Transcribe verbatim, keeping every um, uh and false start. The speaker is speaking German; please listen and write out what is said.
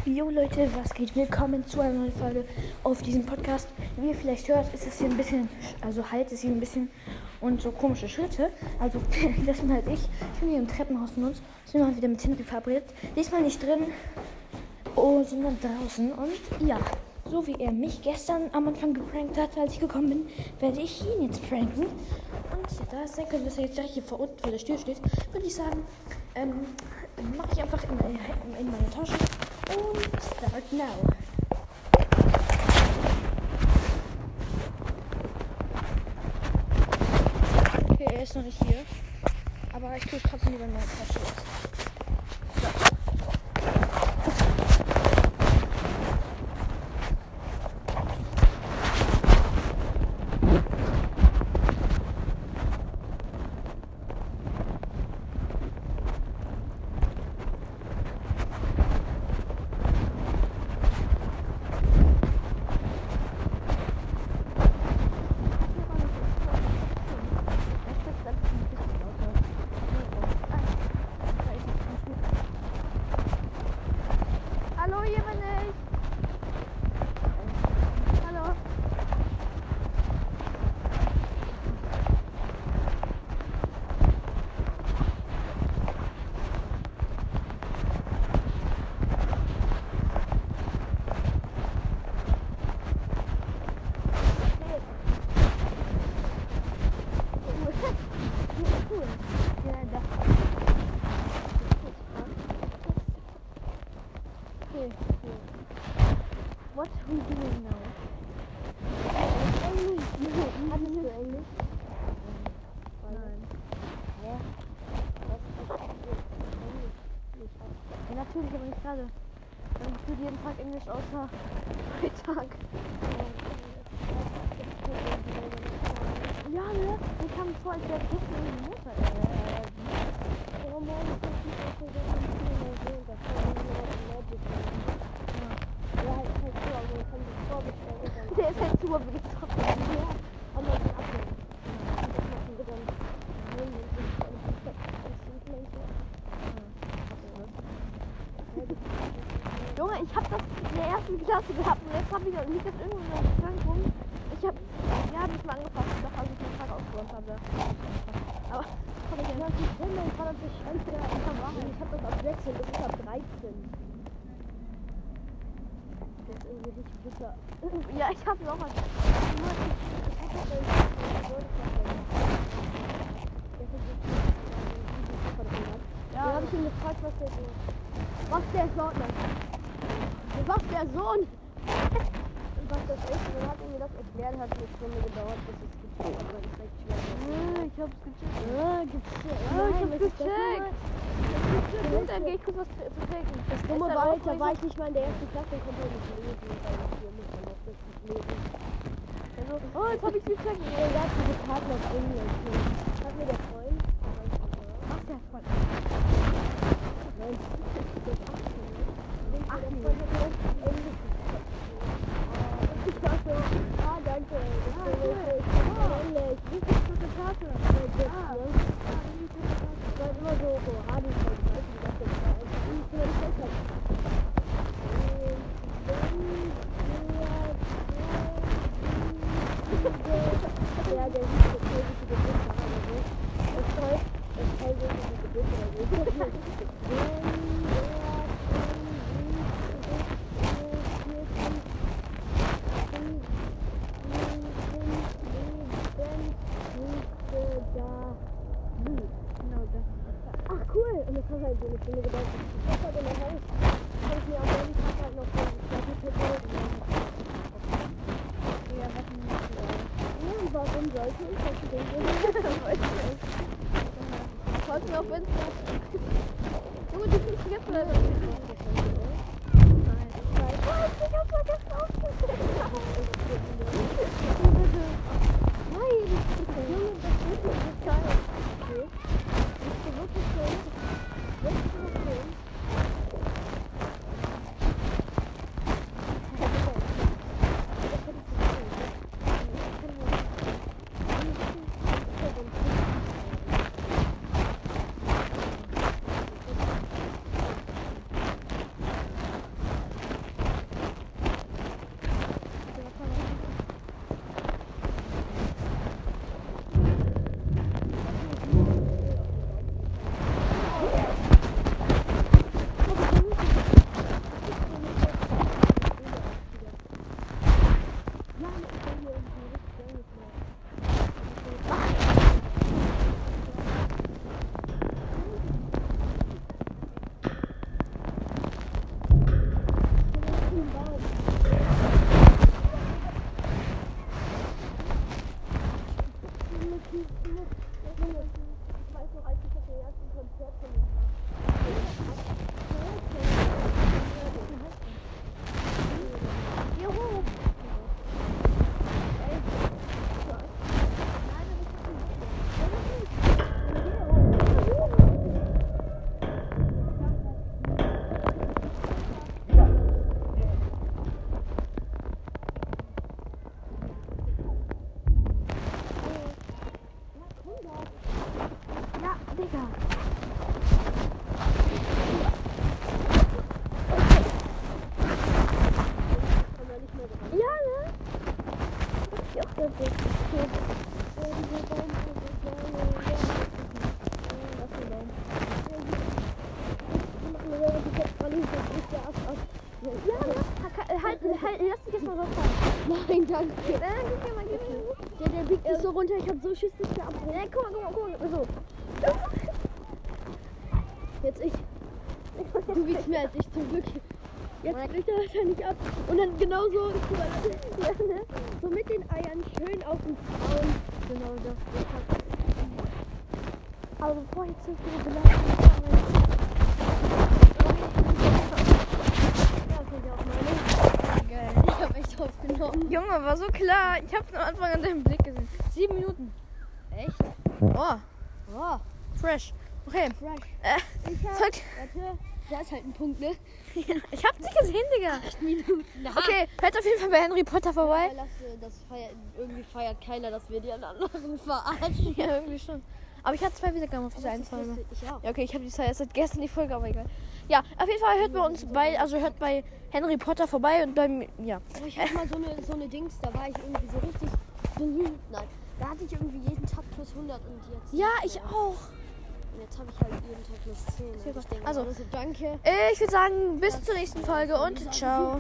Jo Leute, was geht? Willkommen zu einer neuen Folge auf diesem Podcast. Wie ihr vielleicht hört, ist es hier ein bisschen, also halt ist hier ein bisschen und so komische Schritte. Also das bin halt ich. Ich bin hier im Treppenhaus von uns. Sind wir wieder mit Henry verabredet. Diesmal nicht drin, oh, sondern draußen. Und ja, so wie er mich gestern am Anfang geprankt hat, als ich gekommen bin, werde ich ihn jetzt pranken. Und da es sein könnte, dass er jetzt direkt hier vor unten vor der Tür steht, würde ich sagen, ähm, mache ich einfach in meine, in meine Tasche und start now. Okay, er ist noch nicht hier, aber ich tue es trotzdem lieber in meine Tasche jetzt. Hallo, hier bin ich. Hallo. Cool. Ja, das. Okay, cool. What are we doing now? Englisch. Hattest du Englisch? Nein. Ja. Was ist Englisch? Ja, natürlich, aber nicht gerade. Ich tue jeden Tag Englisch außer Freitag. Ja, ne? Wir kamen vor, als wäre Kissen in die Mutter. Äh, ja, morgen ist das nicht auch so, dass man viel mehr sehen, dass man nur Magic macht. Ja, halt halt so, aber man kann sich vorbestellen. Der ist halt super bezockt. Ja, aber man kann abnehmen. Ja, und das machen wir dann. Nehmen wir uns dann perfekt. Das sind Menschen. Junge, ich hab das in der ersten Klasse gehabt und jetzt hab ich, liegt das irgendwo in meinem Schrank rum. Ich hab, ja, hab ich mal angefasst, doch als ich den Tag ausgeräumt habe. Aber, das kann ich ja nicht finden, ich kann das nicht schreiben, ich hab das auf sechzehn, das ist auf dreizehn. Das ist irgendwie richtig bitter. Ja, ich hab's auch mal. Ich hab das nicht. Ja, da hab ich ihn gefragt, was der so. Was der Sohn ist. Was der Sohn? Was das ist, und dann hat er mir das erklärt, hat eine Stunde gedauert, bis es gecheckt hat, aber das ist recht schwer. Ja, ich hab's gecheckt. Ja, gecheckt. Ja, ich hab's gecheckt. Gut, dann geh ich kurz was zu trinken. Das Dumme war halt, da war ich nicht mal in der ersten Klasse, dann konnte er nicht lesen, weil ich hier muss man das richtig lesen. Also, oh, jetzt hab ich's gecheckt. Ja, er hat diese Karten auf Englisch. Hat mir der Freund. Ach, der Freund. Nein, der ist achtzehn. Ach, der Freund hat Englisch. Ich dachte, ah, danke. Das ah, cool. Englisch. Wie ist das eine Karte? Ah, ne? Das war immer so, so Radio, ich weiß nicht, wie das jetzt war. Ich bin ja nicht besser. Ja, der sieht so voll wie die Geburtstag oder so. Das ist toll. Das ist voll wie die Geburtstag oder so. Ach cool, und das hat halt so eine Stunde gedauert. Ich hab halt in der Haus, kann ich mir am selben Tag halt noch so ein Titel holen. Ja, was denn nicht so? Ja, und warum sollte ich das denken? Das weiß ich nicht. Folgt mir auf Instagram. Junge, die findest du jetzt oder was? Nein, ich weiß. Oh, ich hab vergessen aufzunehmen. Nein, Junge, das wird nicht geil. Okay. Bist du wirklich schön? Bist du noch schön? Halt, lass dich erstmal so fahren. Nein, danke. Äh, gib mir mal, gib mir mal. Der, der biegt sich so runter, ich hab so Schiss, dass der abbricht. Nee, guck mal, guck mal, guck mal. So. Jetzt ich. Du wiegst mehr als ich, zum Glück. Jetzt bricht er wahrscheinlich ab. Und dann genau so, ja, ne? So mit den Eiern schön auf den Zaun. Genau das. Aber bevor jetzt so viele Belastungen kommen. Ja, okay, ja auch meine. Geil, ich hab echt aufgenommen. Junge, war so klar. Ich hab's am Anfang an deinem Blick gesehen. Sieben Minuten. Echt? Oh, Oh, fresh. Okay. fresh. Äh, Ich hab, Zeug. warte, da ist halt ein Punkt, ne? Ich hab dich gesehen, Digga. acht Minuten. Okay, hört auf jeden Fall bei Henry Potter vorbei. Ja, lass, äh, das feiert, irgendwie feiert keiner, dass wir die anderen verarschen. Ja, irgendwie schon. Aber ich hatte zwei Wiedergaben auf diese eine Folge. Ich auch. Ja, okay, ich habe die zwei erst seit gestern die Folge, aber egal. Ja, auf jeden Fall hört bei uns bei, also hört bei Henry Potter vorbei und beim, ja. Aber ich hatte mal so eine, so eine Dings, da war ich irgendwie so richtig berühmt. Nein, da hatte ich irgendwie jeden Tag plus hundert und jetzt. Ja, nicht ich mehr. auch. Und jetzt habe ich halt jeden Tag plus zehn. Und ich denke, Also, also danke. Ich würde sagen, bis zur nächsten Folge und ciao.